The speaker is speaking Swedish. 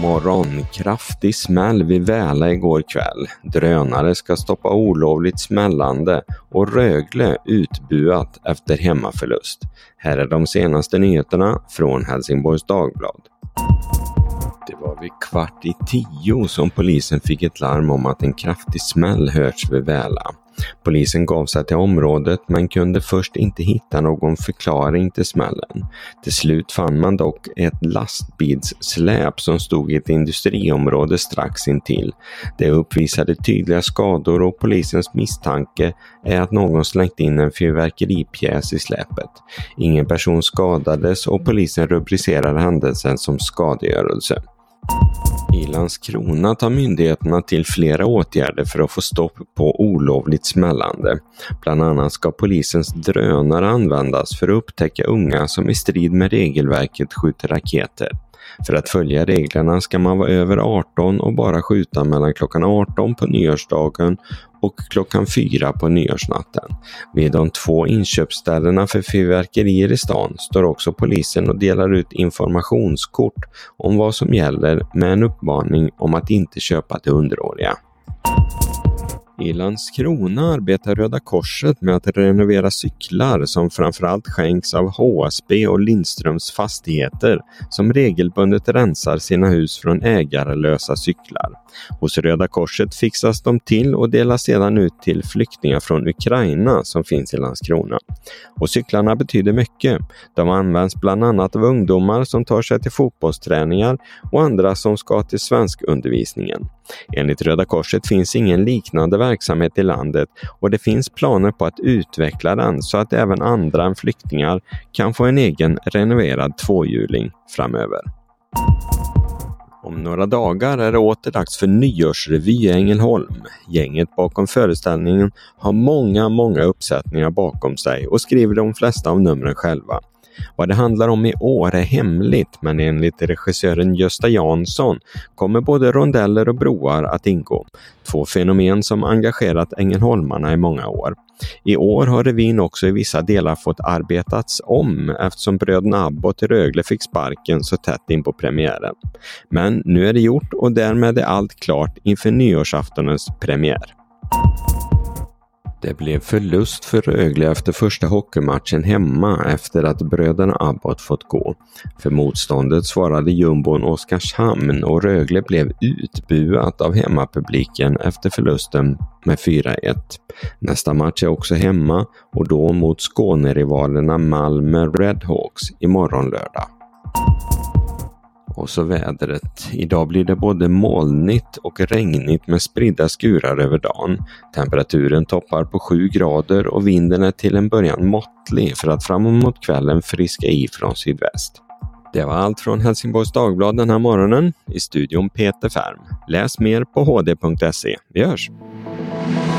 morgon, kraftig smäll vid Väla igår kväll. Drönare ska stoppa olovligt smällande och Rögle utbuat efter hemmaförlust. Här är de senaste nyheterna från Helsingborgs Dagblad. Det var vid 9:15 som polisen fick ett larm om att en kraftig smäll hörts vid Väla. Polisen gav sig till området men kunde först inte hitta någon förklaring till smällen. Till slut fann man dock ett lastbilssläp som stod i ett industriområde strax intill. Det uppvisade tydliga skador och polisens misstanke är att någon slängt in en fyrverkeripjäs i släpet. Ingen person skadades och polisen rubricerade händelsen som skadegörelse. I Landskrona tar myndigheterna till flera åtgärder för att få stopp på olovligt smällande. Bland annat ska polisens drönare användas för att upptäcka unga som i strid med regelverket skjuter raketer. För att följa reglerna ska man vara över 18 och bara skjuta mellan klockan 18 på nyårsdagen och klockan 4 på nyårsnatten. Vid de 2 inköpsställena för fyrverkerier i stan står också polisen och delar ut informationskort om vad som gäller med en uppmaning om att inte köpa till underåriga. I Landskrona arbetar Röda Korset med att renovera cyklar som framförallt skänks av HSB och Lindströms fastigheter som regelbundet rensar sina hus från ägarlösa cyklar. Hos Röda Korset fixas de till och delas sedan ut till flyktingar från Ukraina som finns i Landskrona. Och cyklarna betyder mycket. De används bland annat av ungdomar som tar sig till fotbollsträningar och andra som ska till svenskundervisningen. Enligt Röda Korset finns ingen liknande verksamhet i landet och det finns planer på att utveckla den så att även andra än flyktingar kan få en egen renoverad tvåhjuling framöver. Om några dagar är det åter dags för nyårsrevy i Ängelholm. Gänget bakom föreställningen har många uppsättningar bakom sig och skriver de flesta av numren själva. Vad det handlar om i år är hemligt, men enligt regissören Gösta Jansson kommer både rondeller och broar att ingå. 2 fenomen som engagerat ängelholmarna i många år. I år har revyn också i vissa delar fått arbetats om eftersom bröderna Abbott i Rögle fick sparken så tätt in på premiären. Men nu är det gjort och därmed är allt klart inför nyårsaftonens premiär. Det blev förlust för Rögle efter första hockeymatchen hemma efter att bröderna Abbott fått gå. För motståndet svarade jumbon Oskarshamn och Rögle blev utbuat av hemmapubliken efter förlusten med 4-1. Nästa match är också hemma och då mot Skånerivalerna Malmö Redhawks imorgon lördag. Och så vädret. Idag blir det både molnigt och regnigt med spridda skurar över dagen. Temperaturen toppar på 7 grader och vinden är till en början måttlig för att framåt kvällen friska i från sydväst. Det var allt från Helsingborgs Dagblad den här morgonen. I studion Peter Färm. Läs mer på hd.se. Vi hörs!